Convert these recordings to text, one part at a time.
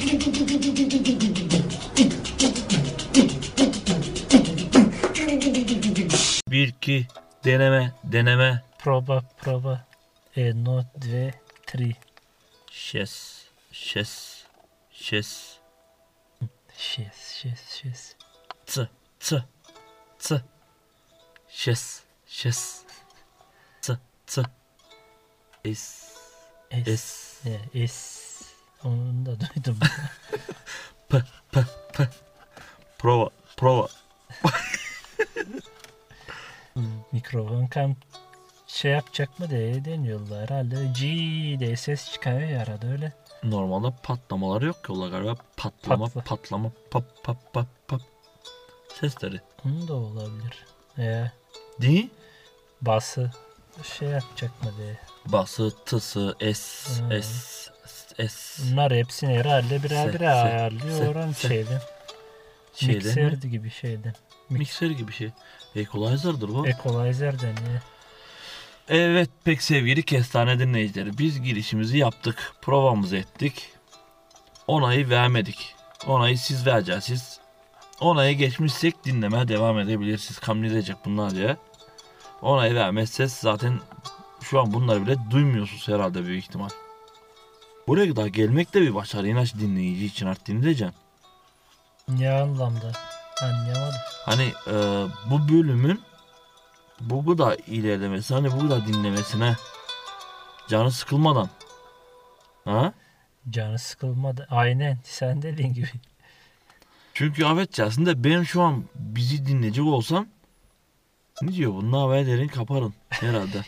Bir iki deneme. Prova. 1, 2, 3. Şes. Şes. Ç. Şes. Ç. Es. Onu da duydum. P. Prova. Mikrofon kam şey yapacak mı diye deniyorlar herhalde. G diye ses çıkıyor ya arada öyle. Normalde patlamaları yok ki ola galiba. Patlama. Pap. Sesleri. Onun da olabilir. Değil? Bası şey yapacak mı diye. Bası, tısı, es. Bunlar hepsini herhalde birer ayarlıyor oran şeyden. Mikser gibi şeyden. Mikser gibi şey. Equalizer'dır bu. Equalizer'den ya. Evet pek sevgili kestane dinleyicileri. Biz girişimizi yaptık. Provamızı ettik. Onayı vermedik. Onayı siz vereceksiniz. Onayı geçmişsek dinlemeye devam edebilirsiniz. Kamil edecek bunlar diye. Onayı vermezseniz zaten şu an bunları bile duymuyorsunuz herhalde büyük ihtimal. Buraya kadar gelmek de bir başarı. İnaç dinleyici için artık dinleyeceksin. Ne anlamda? Anlayamadım. Hani bu bölümün bu kadar ilerlemesi, hani bu kadar dinlemesine canı sıkılmadan. Ha? Canı sıkılmadı. Aynen sen dediğin gibi. Çünkü evet aslında ben şu an bizi dinleyecek olsam ne diyor bu? Ne haberlerin kaparın herhalde.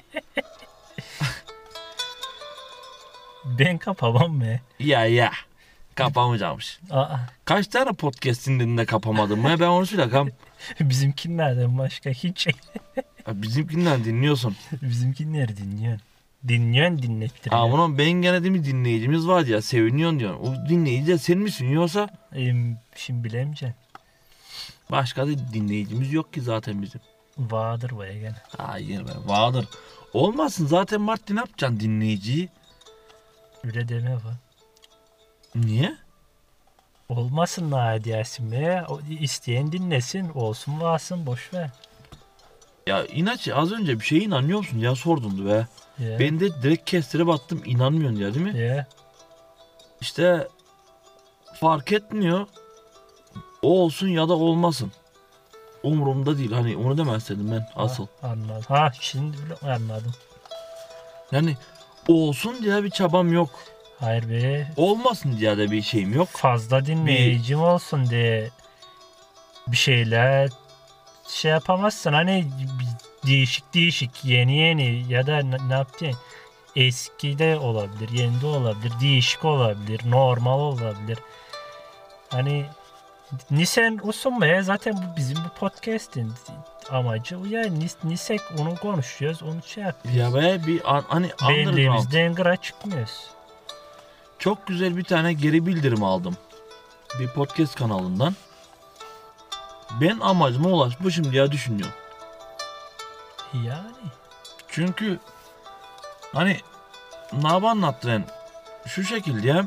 Ben kapamam mı? Ya. Kapamayacakmış. Kaç tane podcast dinledin de kapamadım mı? Ben onu söyleyeyim. Bizimkilerden başka hiç. Bizimkinden dinliyorsun. Bizimkileri dinliyorsun. Dinlettiriyor. Bunun ben gene de mi dinleyicimiz var ya, seviniyorsun diyorsun. O dinleyici de sen misin yoksa? Şimdi bilemeyeceksin. Başka da dinleyicimiz yok ki zaten bizim. Vardır baya gene. Hayır be, vardır. Olmasın zaten Martin, ne yapacaksın dinleyiciyi? Öyle deme var. Niye? Olmasın la diyorsun be. İsteyen dinlesin. Olsun varsın boş ver. Ya inat, az önce bir şeye inanıyor musun ya, sordundu be. Yeah. Ben de direkt kestirip attım, inanmıyorsun ya değil mi? Yeah. İşte fark etmiyor. O olsun ya da olmasın. Umurumda değil, hani onu demezdim ben asıl. Anladım. Şimdi bile anladım. Yani olsun diye bir çabam yok. Hayır be. Olmasın diye de bir şeyim yok. Fazla dinleyicim olsun diye bir şeyler şey yapamazsın. Hani değişik yeni ya da ne yapacaksın? Eski de olabilir, yeni de olabilir, değişik olabilir, normal olabilir. Hani sen usunmaya zaten bu bizim bu podcast'in amacı o ya. Nisek onu konuşuyoruz, onu şey yapıyoruz. Ya be bir hani benliğimizden gıra çıkmıyoruz. Çok güzel bir tane geri bildirim aldım. Bir podcast kanalından. Ben amacıma ulaşmışım diye düşünüyorum. Yani. Çünkü hani ne anlattıran şu şekilde,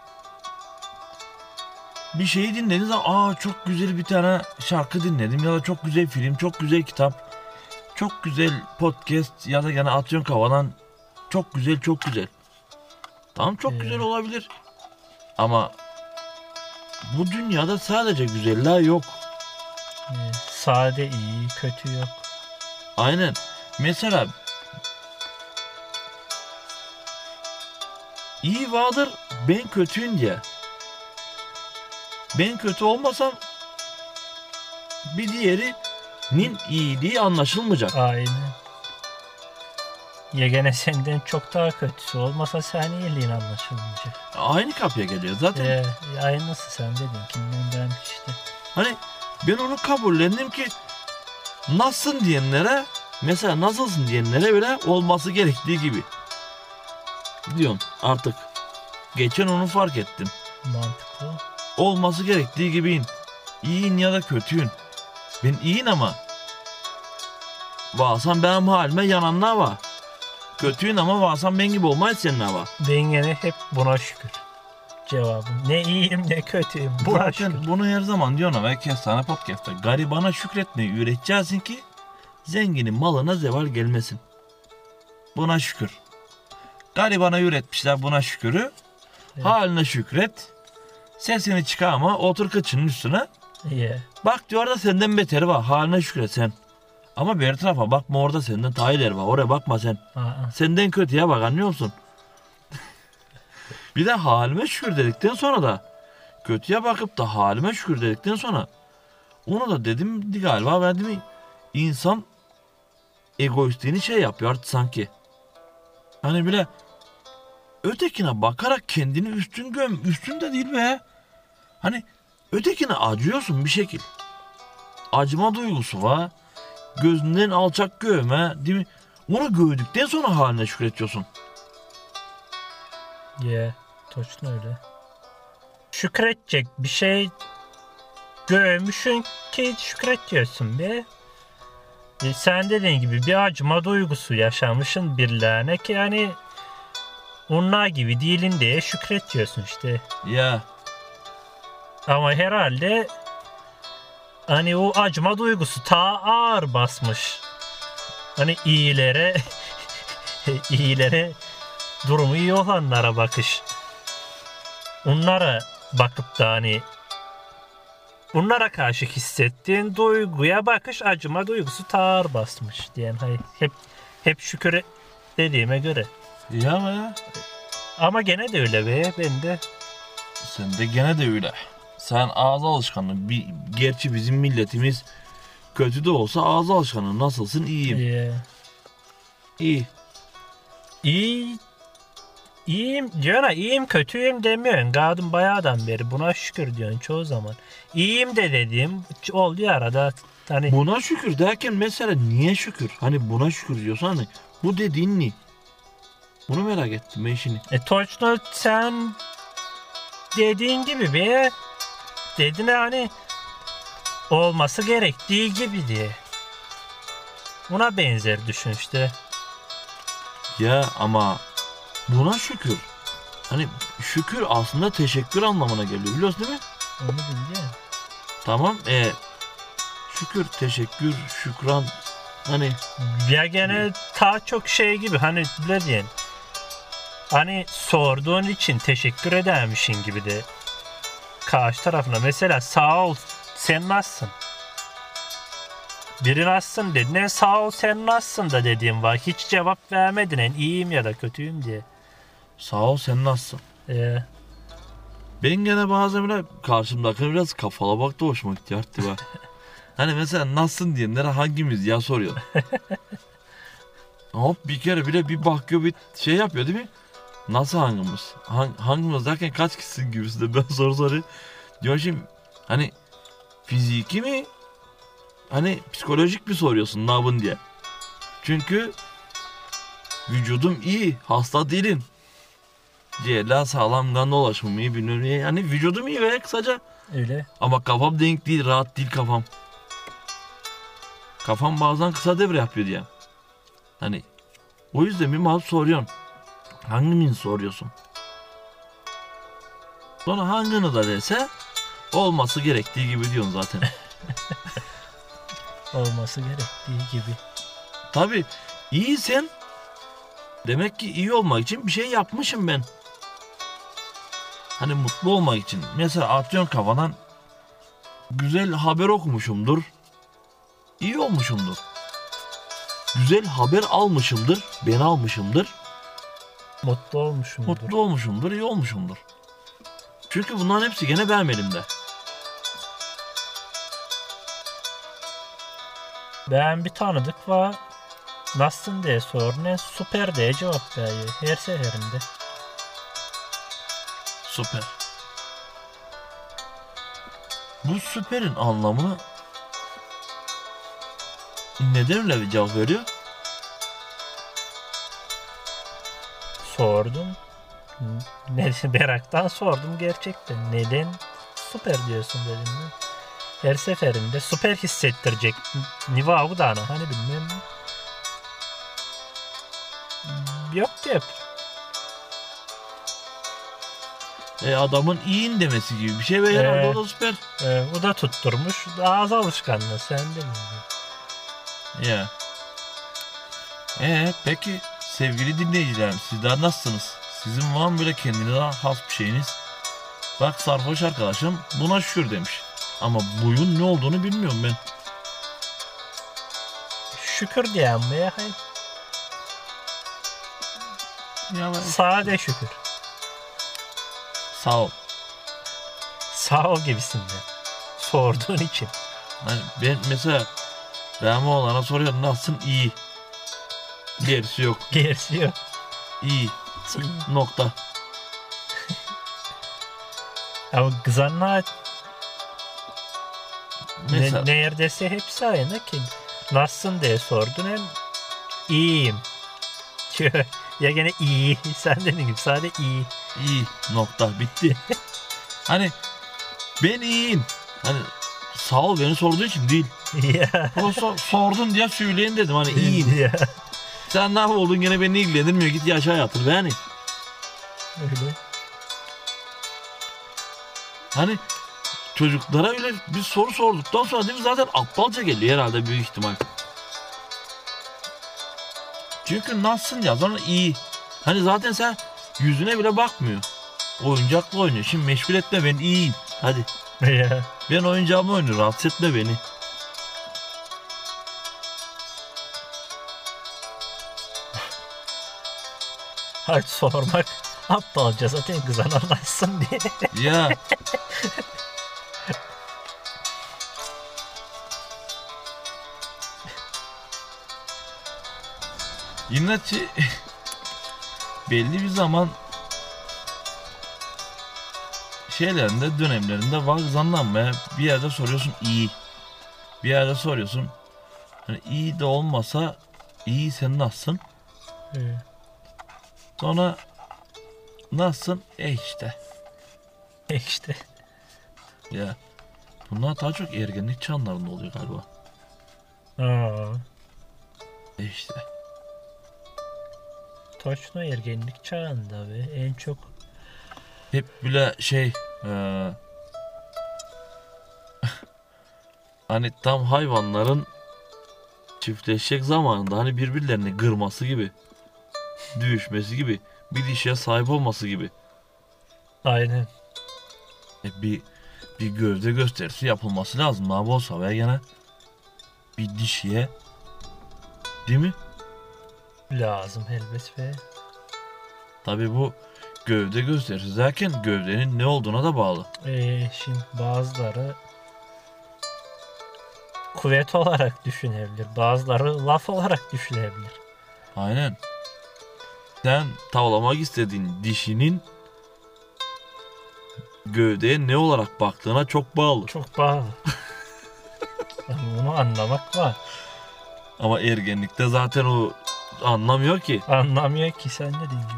bir şeyi dinlediğiniz zaman çok güzel bir tane şarkı dinledim ya da çok güzel film, çok güzel kitap, çok güzel podcast ya da gene atıyorsun kafadan çok güzel. Tamam, çok güzel olabilir. Ama bu dünyada sadece güzeller yok. Sade iyi, kötü yok. Aynen. Mesela iyi vardır, ben kötüyüm diye. Ben kötü olmasam bir diğerinin iyiliği anlaşılmayacak. Aynen. Ya gene senden çok daha kötüsü olmasa sen iyiliğin anlaşılmayacak. Aynı kapıya geliyor zaten. Aynısı sen dedin. Kimden işte. Hani ben onu kabullendim ki nasılsın diyenlere, mesela nasılsın diyenlere bile olması gerektiği gibi diyorsun artık. Geçen onu fark ettim. Mantıklı. Olması gerektiği gibiyim. İyiyin ya da kötüyün. Ben iyiyim ama bazen benim halime yananlar var. Kötüyün ama bazen ben gibi olmayız senin var. Ben gene hep buna şükür. cevabım. Ne iyiyim ne kötüyüm. Buna şükür. Zaten bunu her zaman diyorum ve Kestane Podcast'ta. Garibana şükretmeyi üreteceksin ki zenginin malına zeval gelmesin. Buna şükür. Garibana üretmişler buna şükürü. Evet. Haline şükret. Sesini çıkarma. Otur kıçının üstüne. Yeah. Bak diyor da senden beteri var. Haline şükret sen. Ama bir tarafa bakma, orada senden daha ileri var. Oraya bakma sen. Aa. Senden kötüye bak, anlıyor musun? Bir de halime şükür dedikten sonra da kötüye bakıp da halime şükür dedikten sonra onu da dedim galiba, ben dedim insan egoistliğini şey yapıyor artık sanki. Hani bile ötekine bakarak kendini üstün de değil be. Hani ötekine acıyorsun bir şekil. Acıma duygusu var. Gözünden alçak görme, değil mi? Onu gördükten sonra haline şükrediyorsun. Yeah. Точно öyle. Şükredecek bir şey görmüşsün ki şükrediyorsun be. Sen dediğin gibi bir acıma duygusu yaşamışsın birilerine ki hani onlar gibi değilin diye şükrediyorsun işte. Ya. Ama herhalde hani o acıma duygusu ta ağır basmış. Hani iyilere durumu iyi olanlara bakış. Onlara bakıp da hani onlara karşı hissettiğin duyguya bakış, acıma duygusu ta ağır basmış diyen. Hani hep şükür dediğime göre. Ya be. Ama gene de öyle be, ben de. Sen de gene de öyle. Sen ağız alışkanlığı. Gerçi bizim milletimiz kötü de olsa ağız alışkanlığı. Nasılsın? İyiyim. İyi. İyiyim diyorsun, iyiyim kötüyüm demiyorsun. Kadın bayağıdan beri buna şükür diyorsun çoğu zaman. İyiyim de dediğim oldu ya arada. Hani Buna şükür derken mesela niye şükür? Hani buna şükür diyorsan hani bu dediğin ne? Bunu merak ettim ben işini. Точно sen dediğin gibi be. Dedin hani olması gerektiği gibi diye. Buna benzer düşün işte. Ya ama buna şükür. Hani şükür aslında teşekkür anlamına geliyor, biliyorsun değil mi? Onu bileceğim. Tamam. Şükür, teşekkür, şükran. Hani Ya gene daha çok şey gibi hani ne diyeyim. Hani sorduğun için teşekkür edermişin gibi de karşı tarafına mesela sağ ol sen nasılsın? Biri nasılsın dedi. Sağ ol sen nasılsın da dediğim var. Hiç cevap vermedin en iyiyim ya da kötüyüm diye. sağ ol, sen nasılsın? Ben gene bazen bile karşımdakine biraz kafalı bak da hoşuma gitti artık var. Hani mesela nasılsın diyenlere hangimiz ya soruyor. Hop bir kere bile bir bakıyor, bir şey yapıyor değil mi? Nasıl hangimiz? Hangimiz derken kaç kişisin gibisi de ben soru soruyor. Diyor şimdi hani fiziki mi? Hani psikolojik mi soruyorsun ne yapın diye. Çünkü vücudum iyi, hasta değilim. Ciğerler sağlam, kan dolaşımı iyi, bilmem ne. Yani vücudum iyi ve kısaca. Öyle. Ama kafam denk değil, rahat değil kafam. Kafam bazen kısa devre yapıyor diye. Hani o yüzden bir mal soruyorsun. Hangini soruyorsun? Sonra hangini da dese olması gerektiği gibi diyorsun zaten. Olması gerektiği gibi. Tabii iyisen demek ki iyi olmak için bir şey yapmışım ben. Hani mutlu olmak için. Mesela atıyorsun kafadan güzel haber okumuşumdur. İyi olmuşumdur. Güzel haber almışımdır. Ben almışımdır. Mutlu olmuşumdur. Mutlu olmuşumdur. İyi olmuşumdur. Çünkü bunların hepsi gene benim elimde. Ben bir tanıdık var. Nasılsın diye sorduğunda süper diye cevap veriyor her seferinde. Süper. Bu süperin anlamını neden öyle bir cevap veriyor? Sordum. Meraktan sordum gerçekten. Neden süper diyorsun dedim ben. Her seferinde süper hissettirecek. Niva bu da ana hani bilmem ne. Yok ki hep. Adamın iyin demesi gibi bir şey ve herhalde o da süper. O da tutturmuş. Ağız alışkanlığı sende mi? Ya. Peki sevgili dinleyicilerim, sizler nasılsınız? Sizin var mı böyle kendinize has bir şeyiniz? Bak sarhoş arkadaşım buna şükür demiş. Ama buyun ne olduğunu bilmiyorum ben. Şükür diyen mi ya? Hayır. Ya ben... Sade şükür. Sağ ol. Sağ ol gibisinden. Sorduğun için. Hani ben mesela benim oğlana soruyorum nasılsın? İyi. Gerisi yok. Gerisi yok. İyi. Nokta. Ama kızanlar Mesela neredeyse hepsi aynı ki. Nasılsın diye sordun hem iyiyim. Ya gene iyi. Sen dediğin gibi sadece iyi. iyi. Nokta. Bitti. Hani ben iyiyim. Hani sağ ol beni sorduğu için değil. Ya. Sordun diye söyleyin dedim hani iyiyim. Ya. Sen ne oldun gene beni ilgilendirmiyor git yaşa yatır be hani. Öyle. Hani çocuklara öyle bir soru sorduktan sonra değil mi zaten aptalca geliyor herhalde büyük ihtimal. Çünkü nasılsın ya sonra iyi. Hani zaten sen yüzüne bile bakmıyor. Oyuncakla oynuyor. Şimdi meşgul etme ben iyiyim. Hadi. Ya. Ben oyuncağımı oynuyorum. Rahatsız etme beni. Hadi sormak aptalca zaten kızan anlaşsın diye. Ya. İnatçı belli bir zaman şeylerinde dönemlerinde vazgeçanlanmaya bir yerde soruyorsun iyi. Bir yerde soruyorsun hani iyi de olmasa iyi sen nasılsın? Sonra nasılsın? İşte. İşte. Ya bunlar daha çok ergenlik çağlarında oluyor galiba. Aa. İşte. Точно ergenlik çağında ve en çok Hep bile şey hani tam hayvanların çiftleşecek zamanında hani birbirlerini kırması gibi, dövüşmesi gibi, bir dişiye sahip olması gibi. aynen. Bir gövde gösterisi yapılması lazım. Ne olsa ve gene bir dişiye değil mi? Lazım elbet ve Tabii bu gövde gösterisi derken gövdenin ne olduğuna da bağlı. şimdi bazıları kuvvet olarak düşünebilir. Bazıları laf olarak düşünebilir. Aynen. Sen tavlamak istediğin dişinin gövdeye ne olarak baktığına çok bağlı. Çok bağlı. Yani bunu anlamak var. Ama ergenlikte zaten o anlamıyor ki. Anlamıyor ki sen ne diyeceksin.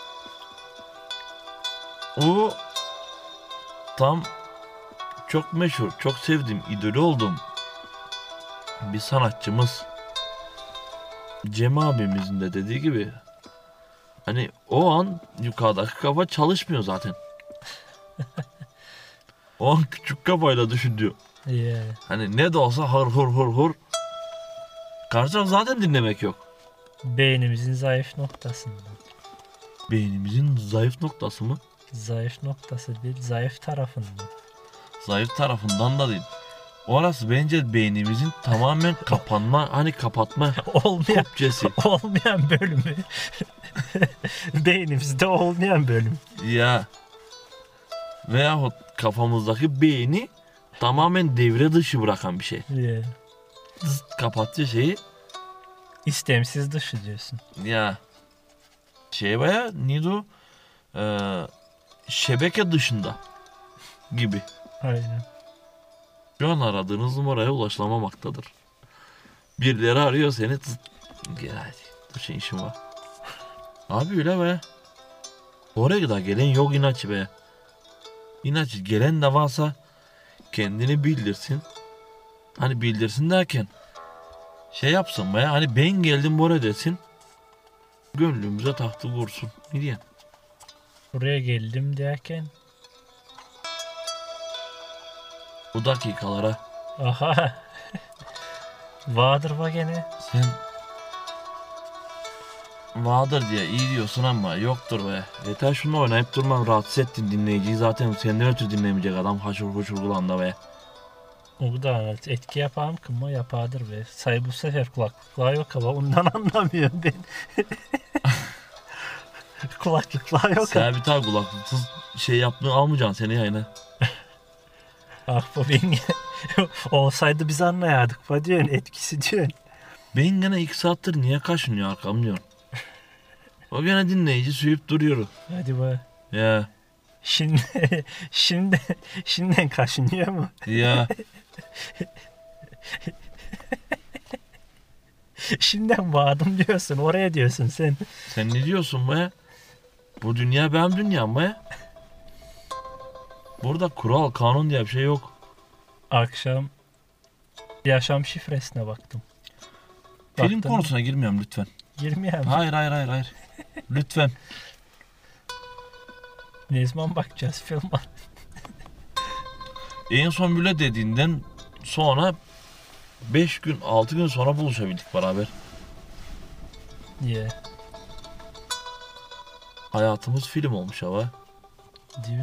O tam çok meşhur, çok sevdiğim, idolü olduğum bir sanatçımız. Cem abimizin de dediği gibi hani o an yukarıdaki kafa çalışmıyor zaten. O an küçük kafayla düşün diyor. Yeah. Hani ne de olsa hır hır hır hır. Karşı taraf zaten dinlemek yok. Beynimizin zayıf noktasında. Beynimizin zayıf noktası mı? Zayıf noktası değil, zayıf tarafında. Zayıf tarafından da değil. Orası bence beynimizin tamamen kapanma, hani kapatma Olmayan, kopçesi. olmayan bölümü. Beynimizde olmayan bölüm. Ya. Veyahut kafamızdaki beyni tamamen devre dışı bırakan bir şey. Yeah. Kapatıyor şeyi. İstemsiz dışı diyorsun. Ya. Şey baya neydi o? Şebeke dışında gibi. Aynen. Şu an aradığınız numaraya ulaşılamamaktadır. Birileri arıyor seni. Gel hadi. Dur şey işim var. Abi öyle be. Oraya kadar gelen yok inatçı be. İnatçı gelen de varsa kendini bildirsin. Hani bildirsin derken şey yapsın be. Hani ben geldim buraya desin. Gönlümüze tahtı vursun. Ne diyeyim? Buraya geldim derken Bu dakikalara. Aha. Vardır bak gene. Sen vardır diye iyi diyorsun ama yoktur be. Yeter şunu oynayıp durmam, rahatsız ettin dinleyiciyi, zaten senden ötürü dinlemeyecek adam haşır huşur kulağında be. O da etki yapar mı kımma yapardır be. Say bu sefer kulaklıklar yok ama ondan anlamıyorum ben. Kulaklıklar yok. Sen bir tane kulaklıksız şey yaptığını almayacaksın seni yayına. Ah bu ben olsaydı biz anlayardık mı diyorsun, etkisi diyorsun. Ben gene 2 saattir niye kaşınıyor arkam diyorsun. O gene dinleyici suyup duruyor. Hadi be. Ya Şimdiden kaşınıyor mu? ya Şimdiden vadım diyorsun, oraya diyorsun sen. sen ne diyorsun be? Bu dünya benim dünyam be. Burada kural kanun diye bir şey yok. Akşam yaşam şifresine baktım. Film Baktın konusuna girmiyorum lütfen. girmeyen mi? Hayır. Lütfen. Ne zaman bakacağız filme? En son bile dediğinden sonra 5 gün 6 gün sonra buluşabildik beraber. Niye? Hayatımız film olmuş ama. Değil mi?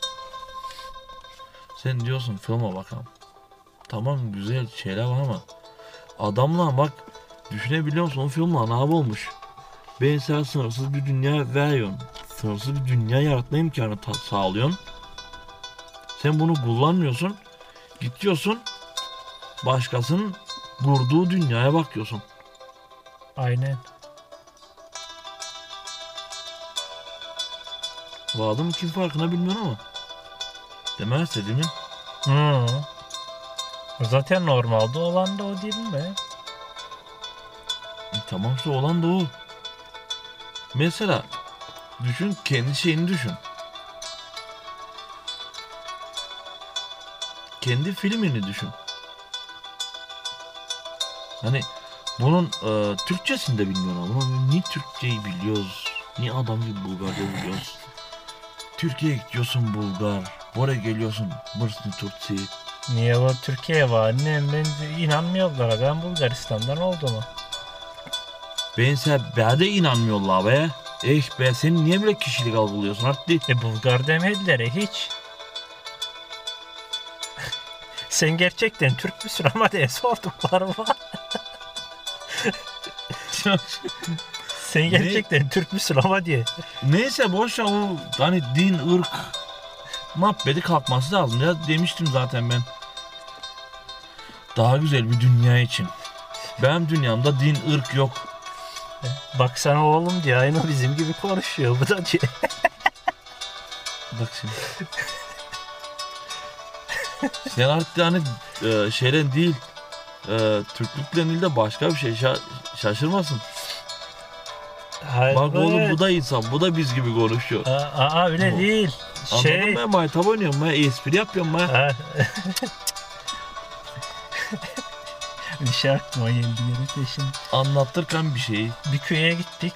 Sen diyorsun filme bakalım. Tamam güzel şeyler var ama adamla bak, düşünebiliyor musun o filmle ne olmuş? Ben sana sınırsız bir dünya veriyorum. Sınırsız bir dünya yaratma imkanı sağlıyorsun. Sen bunu kullanmıyorsun. Gidiyorsun başkasının kurduğu dünyaya bakıyorsun. Aynen. Bu adam kim farkına bilmiyorum ama. Demezse değil mi? Hı. Zaten normalde olan da o değil mi? Tamamsa olan da o. Mesela düşün, kendi şeyini düşün. Kendi filmini düşün. Hani bunun Türkçesini de bilmiyorum ama niye Türkçeyi biliyoruz? Niye adam gibi Bulgarca biliyoruz? Türkiye'ye gidiyorsun Bulgar, buraya geliyorsun Mırsın Türkçe. Niye var Türkiye var? Annem ben inanmıyorlar. Ben Bulgaristan'dan olduğumu. Ben de inanmıyorlar be. Be sen niye böyle kişilik algılıyorsun artık? Bulgar demediler hiç. Sen gerçekten Türk müsün ama diye sordukları var. Sen gerçekten Türk müsün ama diye. Neyse boş ver, o hani din, ırk muhabbeti kalkması lazım ya, demiştim zaten ben. Daha güzel bir dünya için. Benim dünyamda din, ırk yok. Baksana oğlum diye aynı bizim gibi konuşuyor bu da diye. Bak şimdi. Sen artık hani şeyden değil, Türklükle değil de başka bir şey şaşırmasın. Hayır, Bak oğlum bu da insan, bu da biz gibi konuşuyor. Öyle Bu. değil. Anladın mı? Maytap oynuyorum ben, espri yapıyorum ben. Bir şey aklıma geldi yere peşin. Anlattırken bir şeyi. Bir köye gittik.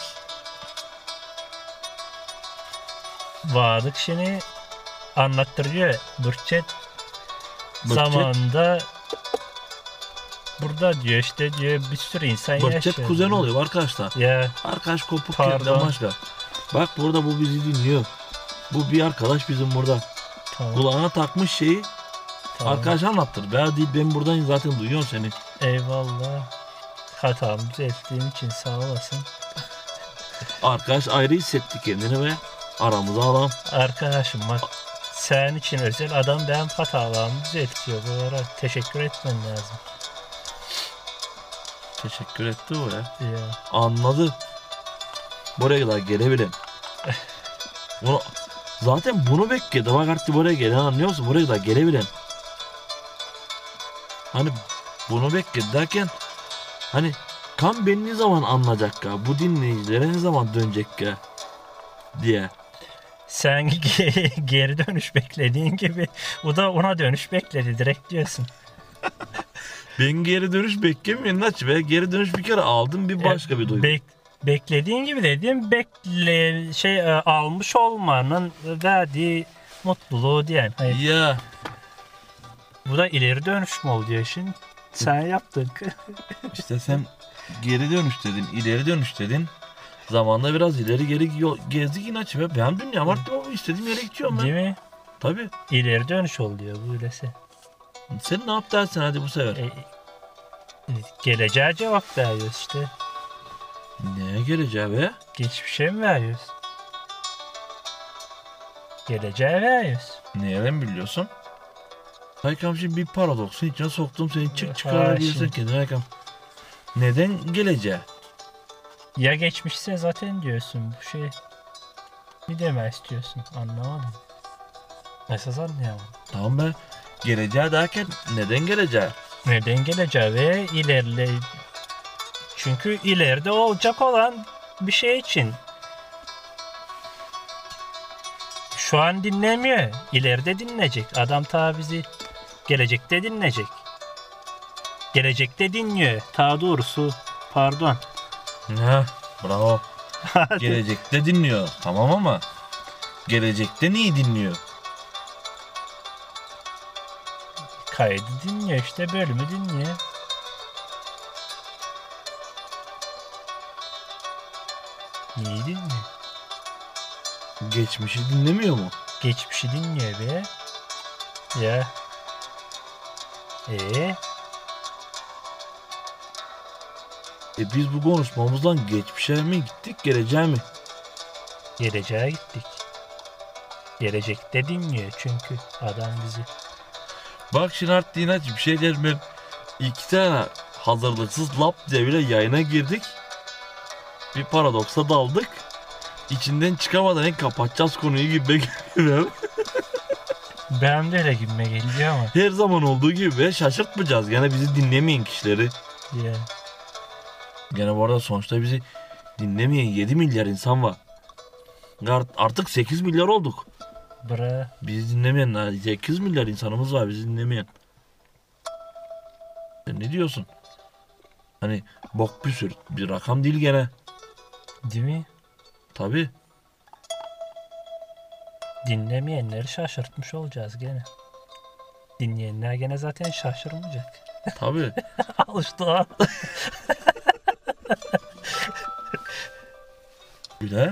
Vardık şimdi anlattırıyor. Burçet zamanında burada diyor işte diyor bir sürü insan yaşıyor. Burçet kuzen oluyor arkadaşlar. Ya. Arkadaş kopuk Pardon. yerden başka. Bak burada bu bizi dinliyor. Bu bir arkadaş bizim burada. Tamam. Kulağına takmış şeyi. Tamam. Arkadaş anlattır. Ben değil, ben buradayım zaten, duyuyorum seni. Eyvallah. Hatamı düzelttiğin için sağ olasın. Arkadaş ayrı hissetti kendini ve aramıza alalım. Arkadaşım bak sen için özel adam benim hatalarımı düzeltiyor. Bu ara teşekkür etmen lazım. Teşekkür etti o ya. Ya. Anladı. Buraya kadar gelebilen. Zaten bunu bekledi. Bak artık buraya gelen, anlıyor musun? Buraya kadar gelebilen. Hani bunu bekledi derken hani kan beni ne zaman anlayacak ya? Bu dinleyicilere ne zaman dönecek ya? Diye. Sen geri dönüş beklediğin gibi bu da ona dönüş bekledi direkt diyorsun. Ben geri dönüş beklemiyorum Naç be. Geri dönüş bir kere aldım, bir başka bir duygu. Beklediğin gibi dediğim almış olmanın verdiği mutluluğu diyen. Hayır. Ya Bu da ileri dönüş mü oluyor şimdi? Sen yaptın. İşte sen geri dönüş dedin, ileri dönüş dedin. Zamanda biraz ileri geri gezdik inatçı be. Ben dünyam artık o istediğim yere gidiyorum ben. Değil mi? Tabii. İleri dönüş oluyor böylesi. Sen ne yap dersin hadi bu sefer. Geleceğe cevap veriyoruz işte. Neye geleceği be? Geçmişe mi veriyoruz? Geleceğe veriyoruz. Nereden biliyorsun? Haykam şimdi bir paradoksun içine soktum seni çık Ha, çıkarabilirsin şimdi. kendine Haykam. Neden geleceği? Ya geçmişse zaten diyorsun bu şey. Ne demek istiyorsun? Anlamadım. Esas anlayamadım. Tamam be. Geleceği derken neden geleceği? Neden geleceği ve ilerle. Çünkü ileride olacak olan bir şey için. Şu an dinlemiyor. İleride dinleyecek. Adam ta bizi gelecekte dinleyecek. Gelecekte dinliyor. Ta doğrusu pardon. Ha, bravo. Gelecekte dinliyor. Tamam ama gelecekte neyi dinliyor? Kaydı dinliyor işte bölümü dinliyor. Neyi dinliyor? Geçmişi dinlemiyor mu? Geçmişi dinliyor be. Ya. Biz bu konuşmamızdan geçmişe mi gittik, geleceğe mi? Geleceğe gittik. Gelecekte dinliyor çünkü adam bizi. Bak şimdi artık inatçı bir şey diyeceğim ben. 2 tane hazırlıksız lap diye bile yayına girdik. Bir paradoksa daldık. İçinden çıkamadan kapatacağız konuyu gibi geliyor. Ben de öyle gibime geliyor ama. Her zaman olduğu gibi şaşırtmayacağız. Gene bizi dinlemeyen kişileri. Ya. Gene bu arada sonuçta bizi dinlemeyen 7 milyar insan var. Artık 8 milyar olduk. Bra. Bizi dinlemeyen 8 milyar insanımız var bizi dinlemeyen. Sen ne diyorsun? Hani bok bir sürü bir rakam değil gene. Değil mi? Tabii. Dinlemeyenleri şaşırtmış olacağız gene. Dinleyenler gene zaten şaşırmayacak. Tabii. Al işte o. Bile.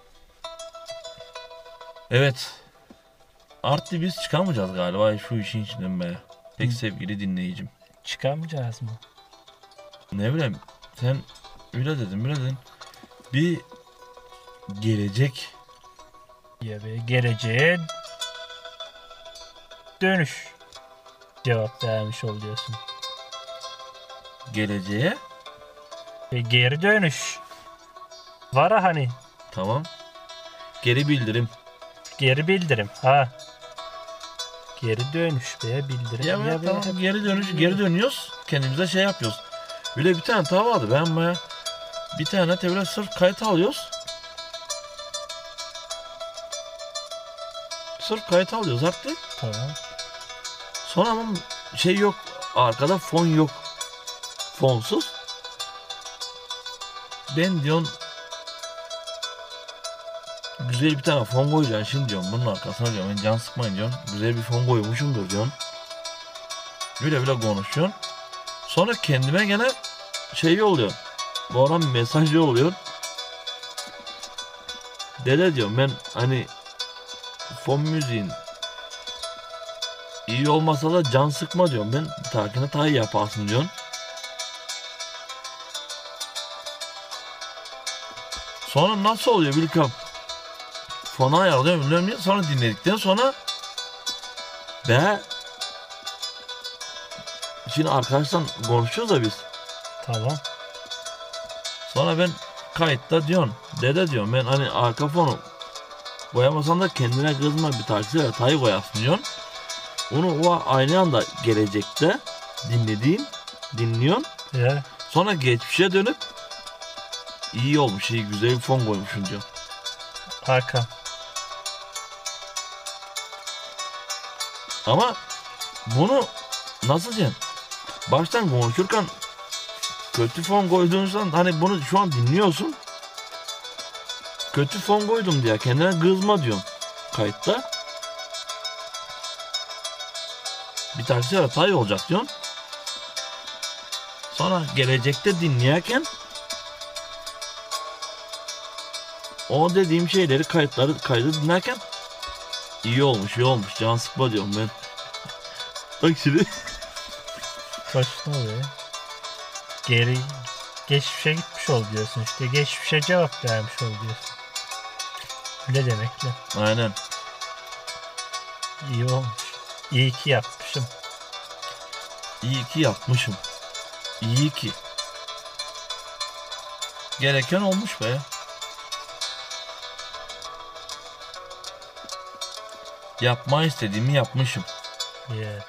Evet. Artık biz çıkamayacağız galiba şu işin içinden be. Pek sevgili dinleyicim. Çıkamayacağız mı? Ne bileyim sen öyle dedin. Bir gelecek Ya be geleceğe dönüş cevap vermiş oluyorsun. geleceğe Ve geri dönüş. Var ha hani tamam. Geri bildirim. geri bildirim ha. Geri dönüş veya bildirim. Ya, Ya be, tamam hep- geri dönüyoruz. Kendimize şey yapıyoruz. Böyle bir tane tava vardı ben baya bir tane böyle sırf kayıt alıyoruz. Sırf kayıt alıyoruz artık. Tamam. Sonra ama şey yok. Arkada fon yok. Fonsuz. Ben diyorsun güzel bir tane fon koyacaksın şimdi diyorum. Bunun arkasına diyorum. Ben can sıkmayın diyorsun. Güzel bir fon koymuşumdur diyorsun. Böyle konuşuyorsun. Sonra kendime gene şey yolluyorsun. Bu ara mesaj yolluyorsun. Dede diyorum ben hani fon müziğin iyi olmasa da can sıkma diyorum ben. Takine tay yaparsın diyorsun. Sonra nasıl oluyor Bilkam? Fona ayarlıyorum bilmiyorum. Sonra dinledikten sonra be şimdi arkadaşlar konuşuyoruz da biz. Tamam. Sonra ben kayıtta diyorsun. Dede diyorum ben hani arka fonu koyamasan da kendine kızma bir taksiyle tay koyarsın diyorsun. Onu o aynı anda gelecekte dinliyorsun. Ya. Sonra geçmişe dönüp iyi olmuş, iyi güzel bir fon koymuşsun diyor. Arka. Ama bunu nasıl diyeyim? Baştan konuşurken kötü fon koyduğunuzdan hani bunu şu an dinliyorsun. Kötü fon koydum diye kendine kızma diyorsun kayıtta. Bir taksi hata iyi olacak diyorsun. Sonra gelecekte dinleyerken o dediğim şeyleri kaydı dinlerken iyi olmuş can sıkma diyorum ben. Bak şimdi. Kaç ne oluyor? Geri geçmişe gitmiş ol diyorsun işte. Geçmişe cevap vermiş ol diyorsun. Ne demekle? Aynen. İyi olmuş. İyi ki yapmışım. İyi ki yapmışım. İyi ki. Gereken olmuş be. Yapma istediğimi yapmışım. Yeah.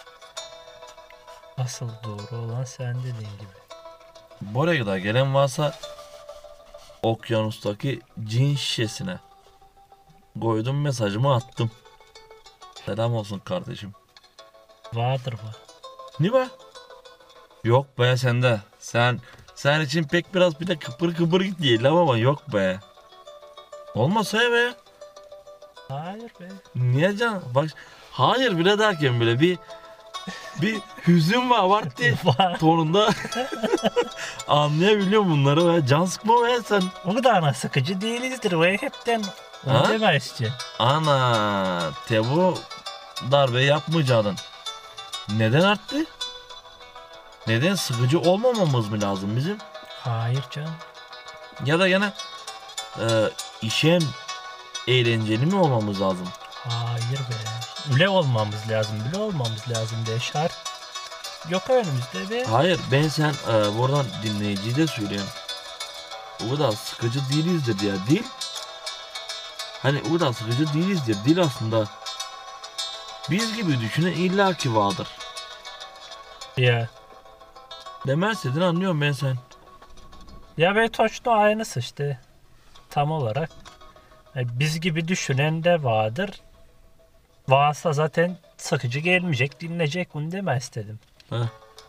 Asıl doğru olan sen dediğin gibi. Buraya kadar gelen varsa okyanustaki cin şişesine koydum, mesajımı attım. Selam olsun kardeşim. Vardır var. Ne be? Yok be sende. Sen için pek biraz bir de kıpır kıpır git diyelim ama yok be. Olmasa ya be. Hayır be. Niye can? Bak hayır bile derken bile bir hüzün var diye Var. tonunda anlayabiliyorum bunları be. Can sıkma be sen. O kadar sıkıcı değilizdir. O hepten Ha? onu deme işte. Ana Tebu darbe yapmayacaktın. Neden arttı? Neden sıkıcı olmamamız mı lazım bizim? Hayır canım. Ya da gene işen eğlenceli mi olmamız lazım? Hayır be. Üle olmamız lazım. Bile olmamız lazım de şart. Yok önümüzde be. Hayır ben sen buradan dinleyiciyi de söyleyeyim. O kadar sıkıcı değilizdir ya değil. Hani o kadar sıkıcı değilizdir değil aslında. Biz gibi düşünen illaki vardır. Ya. Demezsedin anlıyorum ben sen. Ya be Toşno aynısı işte. Tam olarak. Biz gibi düşünen de vardır. Varsa zaten sıkıcı gelmeyecek, dinleyecek bunu deme istedim. Heh.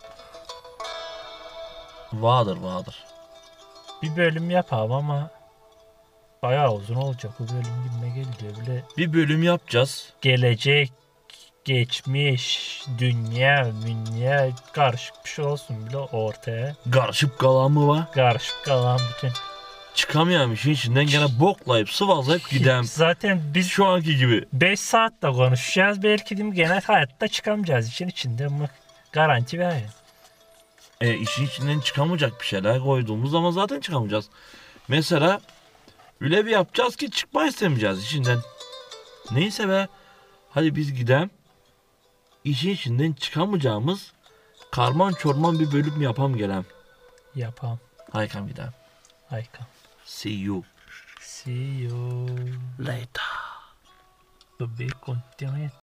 Vardır. Bir bölüm yapalım ama bayağı uzun olacak bu bölüm gibime geliyor. Bile Bir bölüm yapacağız. gelecek, geçmiş, dünya karışık bir şey olsun bile ortaya. Karışıp kalan mı var? Karışık kalan bütün. Çıkamayan işin içinden gene boklayıp sıvazlayıp gidem. Zaten biz Şu anki gibi. 5 saat de konuşacağız. Belki de genel hayatta çıkamayacağız işin içinde ama garanti ver. İşin içinden çıkamayacak bir şeyler koyduğumuz zaman zaten çıkamayacağız. Mesela öyle bir yapacağız ki çıkma istemeyeceğiz içinden. Neyse be. Hadi biz gidem. İşin içinden çıkamayacağımız karman çorman bir bölüm yapam gelem. Yapam. Haykam gidem. Harika. See you See you later. to be continued.